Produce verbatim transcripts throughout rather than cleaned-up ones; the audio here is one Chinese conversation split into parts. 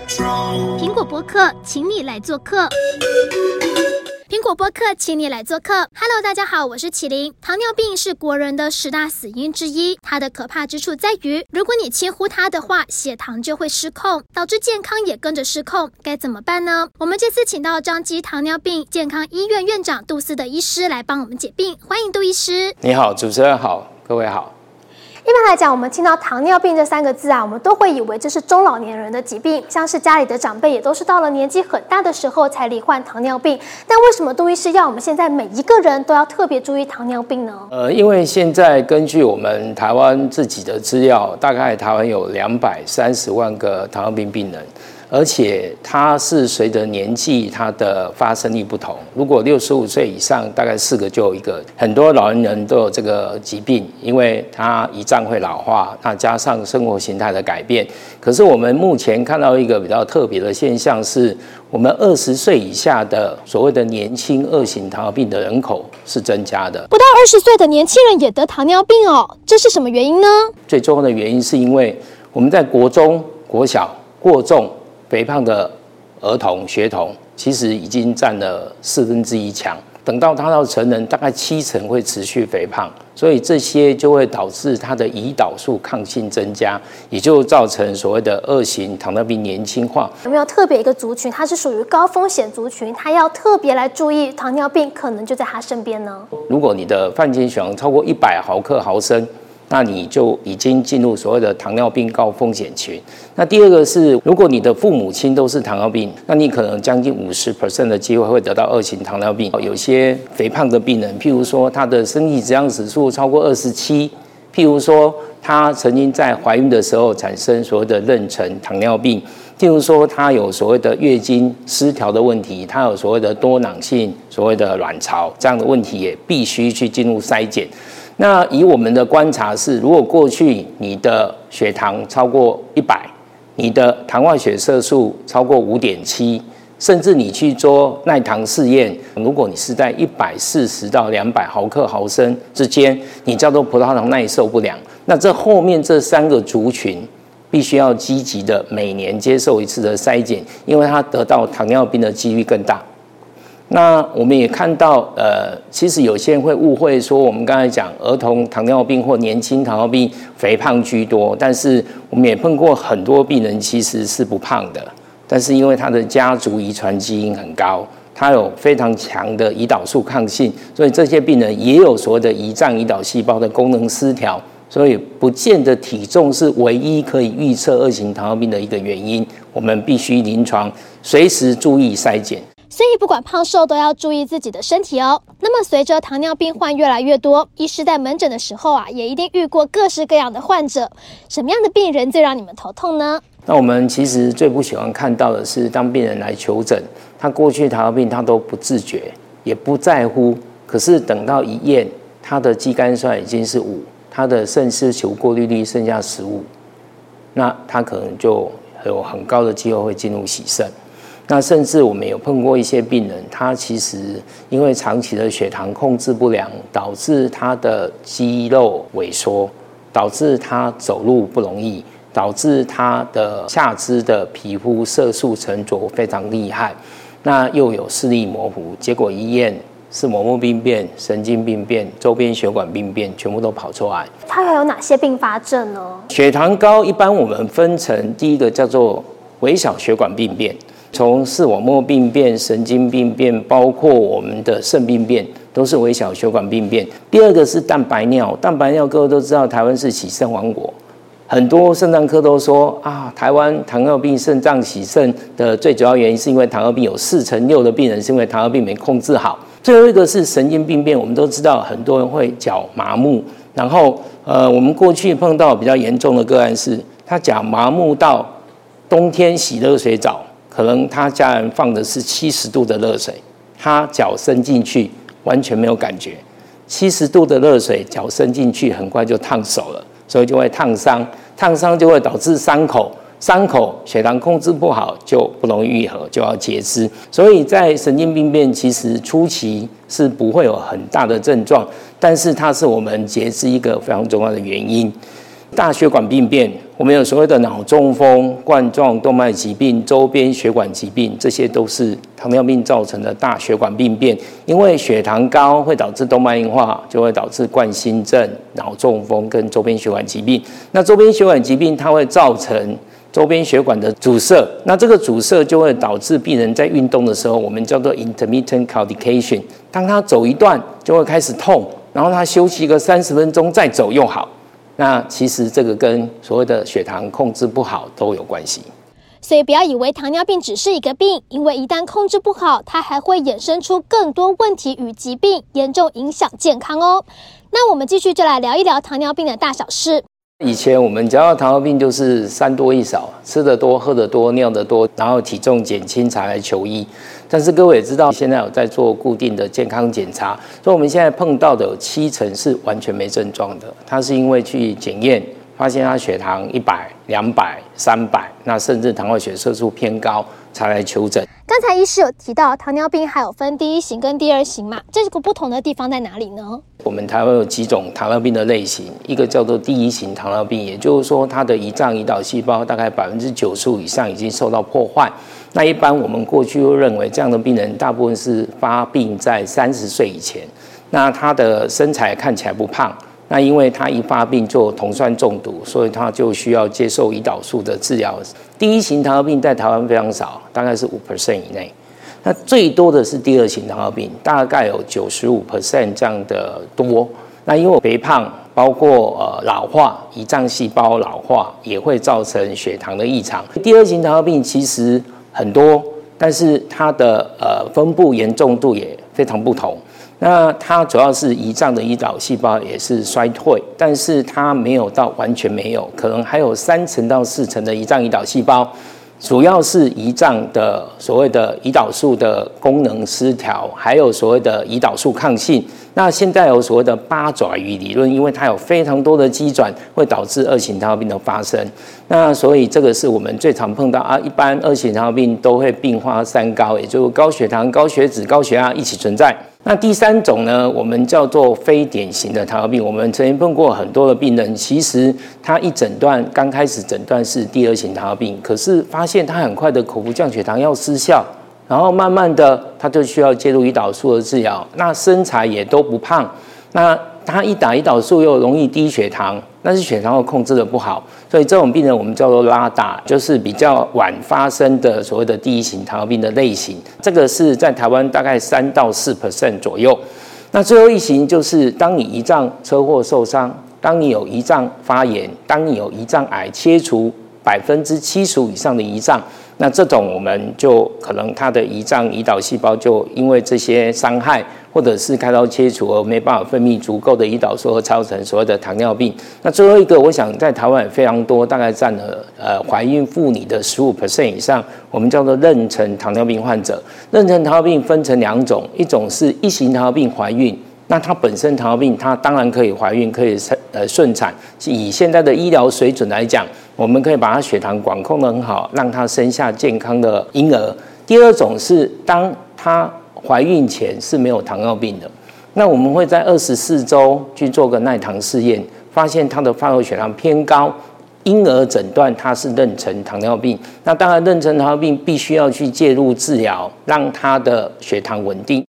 苹果播客，请你来做客。苹果播客，请你来做客。Hello， 大家好，我是麒麟。糖尿病是国人的十大死因之一，它的可怕之处在于，如果你轻忽它的话，血糖就会失控，导致健康也跟着失控。该怎么办呢？我们这次请到彰基糖尿病健康医院院长杜思德医师来帮我们解病，欢迎杜医师。 你好，主持人好，各位好。 一般来讲，我们听到糖尿病这三个字啊，我们都会以为这是中老年人的疾病，像是家里的长辈也都是到了年纪很大的时候才罹患糖尿病。但为什么杜医师要我们现在每一个人都要特别注意糖尿病呢？ 呃，因为现在根据我们台湾自己的资料，大概台湾有两百三十万个糖尿病病人。而且它是随着年纪，它的发生率不同。如果六十五岁以上，大概四个就有一个。很多老年人都有这个疾病，因为他胰脏会老化，那加上生活形态的改变。可是我们目前看到一个比较特别的现象是，我们二十岁以下的所谓的年轻二型糖尿病的人口是增加的。 不到二十岁的年轻人也得糖尿病哦，这是什么原因呢？ 最重要的原因是因为我们在国中、国小过重。肥胖的儿童、学童其实已经占了四分之一强，等到他到成人，大概七成会持续肥胖，所以这些就会导致他的胰岛素抗性增加，也就造成所谓的二型糖尿病年轻化。 有没有特别一个族群，它是属于高风险族群，他要特别来注意糖尿病，可能就在他身边呢？如果你的饭前血糖超过一百毫克毫升，那你就已经进入所谓的糖尿病高风险群。那第二个是，如果你的父母亲都是糖尿病，那你可能将近五十 percent 的机会会得到二型糖尿病。有些肥胖的病人，譬如说他的身体质量指数超过二十七，譬如说他曾经在怀孕的时候产生所谓的妊娠糖尿病，譬如说他有所谓的月经失调的问题，他有所谓的多囊性所谓的卵巢这样的问题，也必须去进入筛检。那以我们的观察是，如果过去你的血糖超过一百，你的糖化血色素超过 五点七， 甚至你去做耐糖试验，如果你是在一百四十到两百毫克毫升之间，你叫做葡萄糖耐受不良，那这后面这三个族群必须要积极的每年接受一次的筛检，因为它得到糖尿病的几率更大。那我们也看到，呃，其实有些人会误会说，我们刚才讲儿童糖尿病或年轻糖尿病肥胖居多，但是我们也碰过很多病人其实是不胖的，但是因为他的家族遗传基因很高，他有非常强的胰岛素抗性，所以这些病人也有所谓的胰脏胰岛细胞的功能失调，所以不见得体重是唯一可以预测二型糖尿病的一个原因，我们必须临床随时注意筛检。 所以不管胖瘦都要注意自己的身体哦。那么随着糖尿病患越来越多，医师在门诊的时候啊，也一定遇过各式各样的患者。什么样的病人最让你们头痛呢？ 那我们其实最不喜欢看到的是，当病人来求诊，他过去糖尿病他都不自觉，也不在乎，可是等到一验，他的肌酐酸已经是五，他的肾丝球过滤率剩下十五，那他可能就有很高的机会会进入洗肾。那甚至我们有碰过一些病人，他其实因为长期的血糖控制不良，导致他的肌肉萎缩，导致他走路不容易，导致他的下肢的皮肤色素沉着非常厉害，那又有视力模糊，结果一验视网膜病变、神经病变、周边血管病变，全部都跑出来。 它还有哪些并发症呢？ 血糖高一般我们分成第一个叫做微小血管病变。从视网膜病变、神经病变，包括我们的肾病变，都是微小血管病变。第二个是蛋白尿，蛋白尿各位都知道，台湾是洗肾王国，很多肾脏科都说啊，台湾糖尿病肾脏洗肾的最主要原因是因为糖尿病有四成六的病人是因为糖尿病没控制好。最后一个是神经病变，我们都知道很多人会脚麻木，然后呃，我们过去碰到比较严重的个案是，他脚麻木到冬天洗热水澡。可能他家人放的是七十度的热水，他脚伸进去完全没有感觉，七十度的热水脚伸进去很快就烫手了，所以就会烫伤，烫伤就会导致伤口，伤口血糖控制不好就不容易愈合，就要截肢。所以在神经病变其实初期是不会有很大的症状，但是它是我们截肢一个非常重要的原因。大血管病变我们有所谓的脑中风、冠状动脉疾病、周边血管疾病，这些都是糖尿病造成的大血管病变。因为血糖高会导致动脉硬化，就会导致冠心症、脑中风跟周边血管疾病。那周边血管疾病它会造成周边血管的阻塞，那这个阻塞就会导致病人在运动的时候，我们叫做 intermittent claudication。当他走一段就会开始痛，然后他休息个三十分钟再走又好。那其实这个跟所谓的血糖控制不好都有关系。 所以不要以为糖尿病只是一个病，因为一旦控制不好，它还会衍生出更多问题与疾病，严重影响健康哦。那我们继续就来聊一聊糖尿病的大小事。 以前我们讲到糖尿病就是三多一少，吃得多、喝得多、尿得多，然后体重减轻才来求医。但是各位也知道，现在有在做固定的健康检查，所以我们现在碰到的有七成是完全没症状的。它是因为去检验发现他血糖一百、两百、三百，那甚至糖化血色素偏高才来求诊。 刚才医师有提到糖尿病还有分第一型跟第二型嘛，这个不同的地方在哪里呢？ 我们台湾有几种糖尿病的类型，一个叫做第一型糖尿病，也就是说它的胰脏胰岛细胞大概百分之九十五以上已经受到破坏。那一般我们过去又认为这样的病人大部分是发病在三十岁以前，那他的身材看起来不胖。那因为他一发病就酮酸中毒，所以他就需要接受胰岛素的治疗。第一型糖尿病在台湾非常少，大概是 百分之五 以内。那最多的是第二型糖尿病，大概有 百分之九十五 这样的多。那因为肥胖，包括呃老化，胰脏细胞老化也会造成血糖的异常。第二型糖尿病其实很多，但是它的呃分布严重度也非常不同。那它主要是胰脏的胰岛细胞也是衰退，但是它没有到完全没有，可能还有三成到四成的胰脏胰岛细胞，主要是胰脏的所谓的胰岛素的功能失调，还有所谓的胰岛素抗性。那现在有所谓的八爪鱼理论，因为它有非常多的机转，会导致二型糖尿病的发生。那所以这个是我们最常碰到啊。一般二型糖尿病都会并发三高，也就是高血糖、高血脂、高血压一起存在。那第三种呢，我们叫做非典型的糖尿病。我们曾经碰过很多的病人，其实他一诊断刚开始诊断是第二型糖尿病，可是发现他很快的口服降血糖药失效。然后慢慢的，他就需要介入胰岛素的治疗。那身材也都不胖，那他一打胰岛素又容易低血糖，但是血糖又控制的不好，所以这种病人我们叫做拉打，就是比较晚发生的所谓的第一型糖尿病的类型。这个是在台湾大概三到四 percent 左右。那最后一型就是当你胰脏车祸受伤，当你有胰脏发炎，当你有胰脏癌切除百分之七十五以上的胰脏。那这种我们就可能它的胰脏胰岛细胞就因为这些伤害，或者是开刀切除而没办法分泌足够的胰岛素，而造成所谓的糖尿病。那最后一个，我想在台湾也非常多，大概占了呃怀孕妇女的 百分之十五 以上，我们叫做妊娠糖尿病患者。妊娠糖尿病分成两种，一种是一型糖尿病怀孕。那它本身糖尿病，它当然可以怀孕，可以呃顺产。以现在的医疗水准来讲，我们可以把它血糖管控得很好，让它生下健康的婴儿。第二种是当她怀孕前是没有糖尿病的，那我们会在二十四周去做个耐糖试验，发现她的发后血糖偏高，因而诊断她是妊娠糖尿病。那当然，妊娠糖尿病必须要去介入治疗，让她的血糖稳定。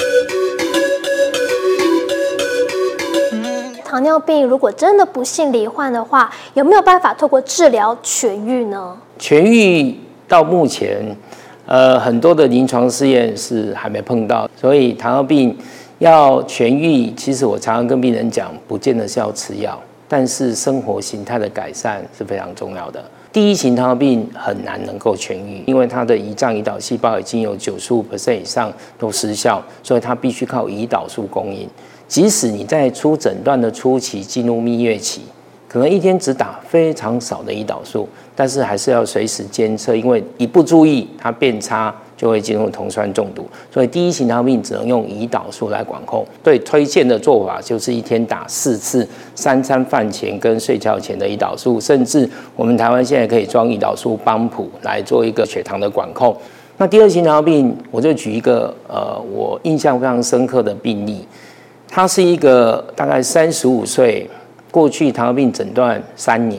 糖尿病如果真的不幸罹患的话，有没有办法透过治疗痊愈呢？ 痊愈到目前，呃，很多的临床试验是还没碰到，所以糖尿病要痊愈，其实我常常跟病人讲，不见得是要吃药，但是生活形态的改善是非常重要的。第一型糖尿病很难能够痊愈，因为它的胰脏胰岛细胞已经有 百分之九十五 以上都失效，所以它必须靠胰岛素供应。即使你在初诊断的初期进入蜜月期，可能一天只打非常少的胰岛素，但是还是要随时监测，因为一不注意它变差就会进入酮酸中毒。所以第一型糖尿病只能用胰岛素来管控。对，推荐的做法就是一天打四次，三餐饭前跟睡觉前的胰岛素，甚至我们台湾现在可以装胰岛素帮谱来做一个血糖的管控。那第二型糖尿病，我就举一个呃我印象非常深刻的病例。他是一个大概三十五岁，过去糖尿病诊断三年，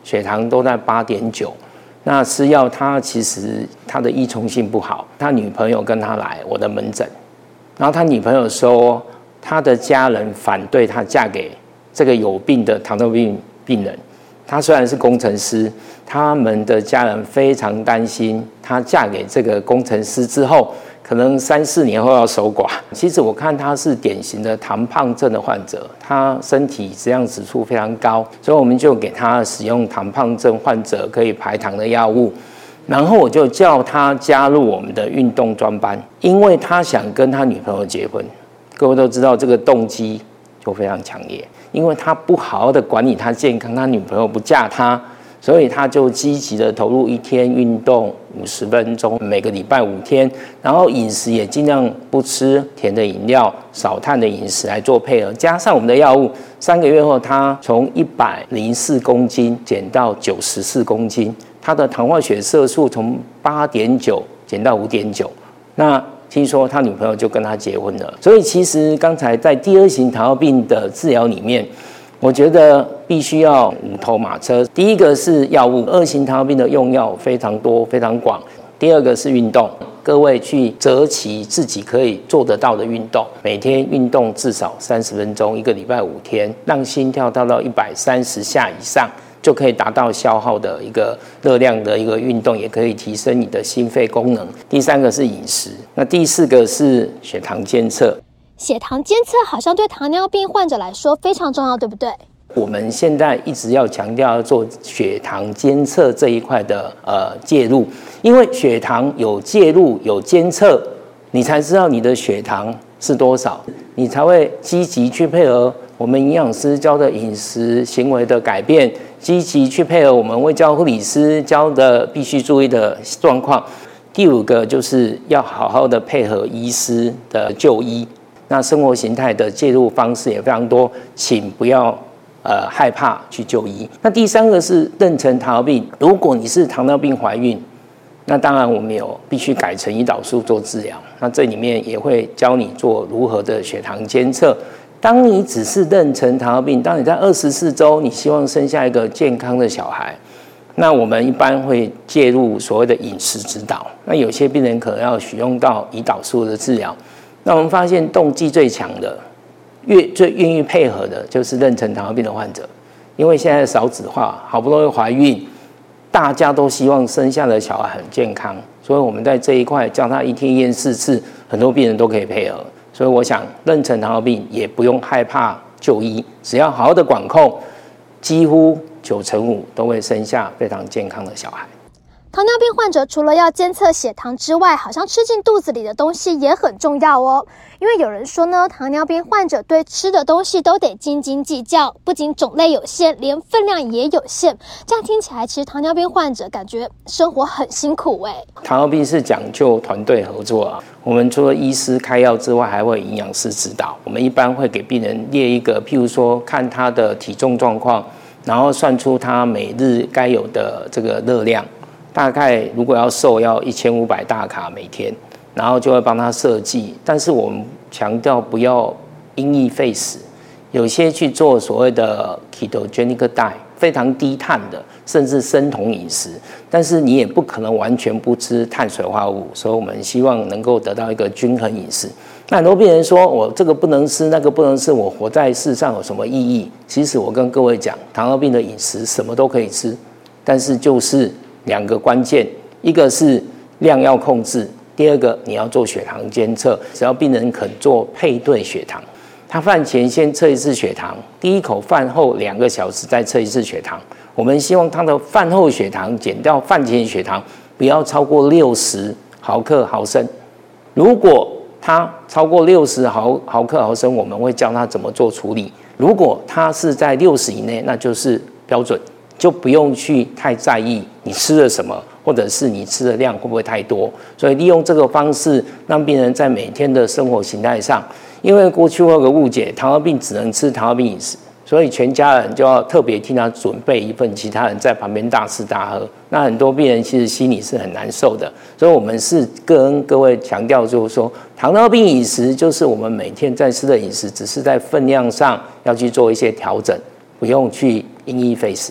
血糖都在八点九。那吃药他其实他的依从性不好，他女朋友跟他来我的门诊，然后他女朋友说他的家人反对他嫁给这个有病的糖尿病病人。他虽然是工程师，他们的家人非常担心他嫁给这个工程师之后，可能三四年后要守寡。其实我看他是典型的糖胖症的患者，他身体质量指数非常高，所以我们就给他使用糖胖症患者可以排糖的药物。然后我就叫他加入我们的运动专班，因为他想跟他女朋友结婚。各位都知道这个动机就非常强烈，因为他不好好的管理他健康，他女朋友不嫁他，所以他就积极的投入一天运动五十分钟，每个礼拜五天，然后饮食也尽量不吃甜的饮料，少碳的饮食来做配合，加上我们的药物，三个月后他从一百零四公斤减到九十四公斤，他的糖化血色素从八点九减到五点九，那听说他女朋友就跟他结婚了。所以其实刚才在第二型糖尿病的治疗里面，我觉得必须要五头马车。第一个是药物，二型糖尿病的用药非常多非常广。第二个是运动，各位去择其自己可以做得到的运动，每天运动至少三十分钟，一个礼拜五天，让心跳达到一百三十下以上，就可以达到消耗的一个热量的一个运动，也可以提升你的心肺功能。第三个是饮食，那第四个是血糖监测。 血糖监测好像对糖尿病患者来说非常重要，对不对？ 我们现在一直要强调要做血糖监测这一块的呃介入，因为血糖有介入有监测，你才知道你的血糖是多少，你才会积极去配合我们营养师教的饮食行为的改变，积极去配合我们卫教护理师教的必须注意的状况。第五个就是要好好的配合医师的就医，那生活形态的介入方式也非常多，请不要呃害怕去就医。那第三个是妊娠糖尿病，如果你是糖尿病怀孕，那当然我们有必须改成胰岛素做治疗，那这里面也会教你做如何的血糖监测。当你只是妊娠糖尿病，当你在二十四周，你希望生下一个健康的小孩，那我们一般会介入所谓的饮食指导。那有些病人可能要使用到胰岛素的治疗。那我们发现动机最强的，越最愿意配合的就是妊娠糖尿病的患者，因为现在少子化，好不容易怀孕，大家都希望生下的小孩很健康，所以我们在这一块叫他一天验四次，很多病人都可以配合。所以我想，妊娠糖尿病也不用害怕就医，只要好好的管控，几乎九成五都会生下非常健康的小孩。 糖尿病患者除了要监测血糖之外，好像吃进肚子里的东西也很重要哦。因为有人说呢，糖尿病患者对吃的东西都得斤斤计较，不仅种类有限，连分量也有限。这样听起来，其实糖尿病患者感觉生活很辛苦哎。 糖尿病是讲究团队合作啊。我们除了医师开药之外，还会营养师指导。我们一般会给病人列一个，譬如说看他的体重状况，然后算出他每日该有的这个热量。大概如果要瘦，要一千五百大卡每天，然后就会帮他设计。但是我们强调不要因噎废食，有些去做所谓的 ketogenic diet， 非常低碳的，甚至生酮饮食。但是你也不可能完全不吃碳水化合物，所以我们希望能够得到一个均衡饮食。那很多病人说我这个不能吃，那个不能吃，我活在世上有什么意义？其实我跟各位讲，糖尿病的饮食什么都可以吃，但是就是两个关键，一个是量要控制，第二个你要做血糖监测。只要病人肯做配对血糖，他饭前先测一次血糖，第一口饭后两个小时再测一次血糖。我们希望他的饭后血糖减掉饭前血糖不要超过六十毫克毫升。如果他超过六十毫毫克毫升，我们会教他怎么做处理。如果他是在六十以内，那就是标准，就不用去太在意你吃了什么，或者是你吃的量会不会太多。所以利用这个方式，让病人在每天的生活形态上，因为过去有个误解，糖尿病只能吃糖尿病饮食，所以全家人就要特别替他准备一份，其他人在旁边大吃大喝。那很多病人其实心里是很难受的。所以我们是跟各位强调，就是说，糖尿病饮食就是我们每天在吃的饮食，只是在分量上要去做一些调整，不用去因噎废食。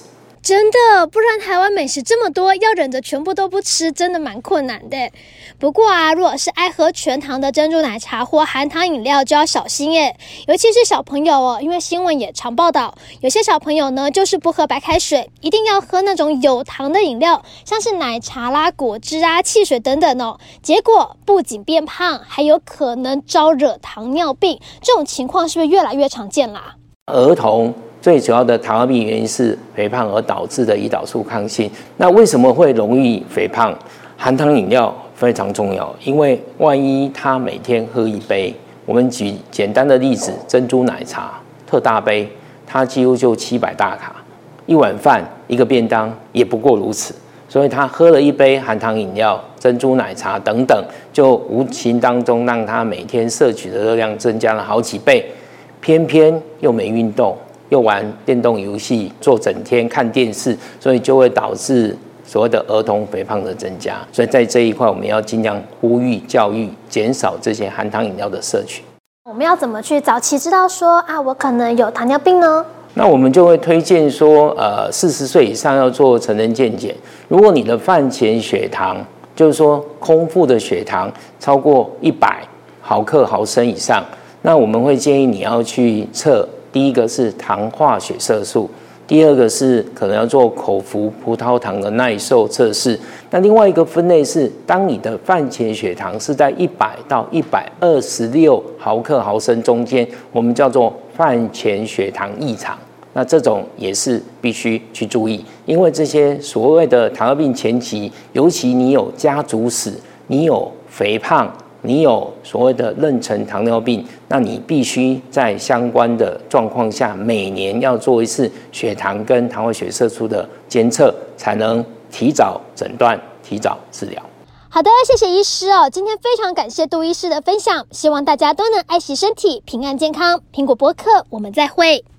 真的，不然台湾美食这么多，要忍着全部都不吃，真的蛮困难的。不过啊，如果是爱喝全糖的珍珠奶茶或含糖饮料，就要小心耶。尤其是小朋友哦，因为新闻也常报道，有些小朋友呢就是不喝白开水，一定要喝那种有糖的饮料，像是奶茶啦、果汁啊、汽水等等哦。结果不仅变胖，还有可能招惹糖尿病。这种情况是不是越来越常见啦？ 儿童最主要的糖尿病原因是肥胖而导致的胰岛素抗性。那为什么会容易肥胖？含糖饮料非常重要，因为万一他每天喝一杯，我们举简单的例子，珍珠奶茶特大杯，它几乎就七百大卡，一碗饭一个便当也不过如此。所以他喝了一杯含糖饮料、珍珠奶茶等等，就无形当中让他每天摄取的热量增加了好几倍，偏偏又没运动。又玩电动游戏，做整天看电视，所以就会导致所谓的儿童肥胖的增加。所以在这一块，我们要尽量呼吁教育，减少这些含糖饮料的摄取。 我们要怎么去早期知道说啊，我可能有糖尿病呢？ 那我们就会推荐说，呃，四十岁以上要做成人健检。如果你的饭前血糖，就是说空腹的血糖超过一百毫克毫升以上，那我们会建议你要去测。第一个是糖化血色素，第二个是可能要做口服葡萄糖的耐受测试。那另外一个分类是，当你的饭前血糖是在一百到一百二十六毫克毫升中间，我们叫做饭前血糖异常。那这种也是必须去注意，因为这些所谓的糖尿病前期，尤其你有家族史，你有肥胖。你有所谓的妊娠糖尿病，那你必须在相关的状况下，每年要做一次血糖跟糖化血色素的监测，才能提早诊断、提早治疗。 好的，谢谢医师哦。今天非常感谢杜医师的分享，希望大家都能爱惜身体，平安健康。苹果播客，我们再会。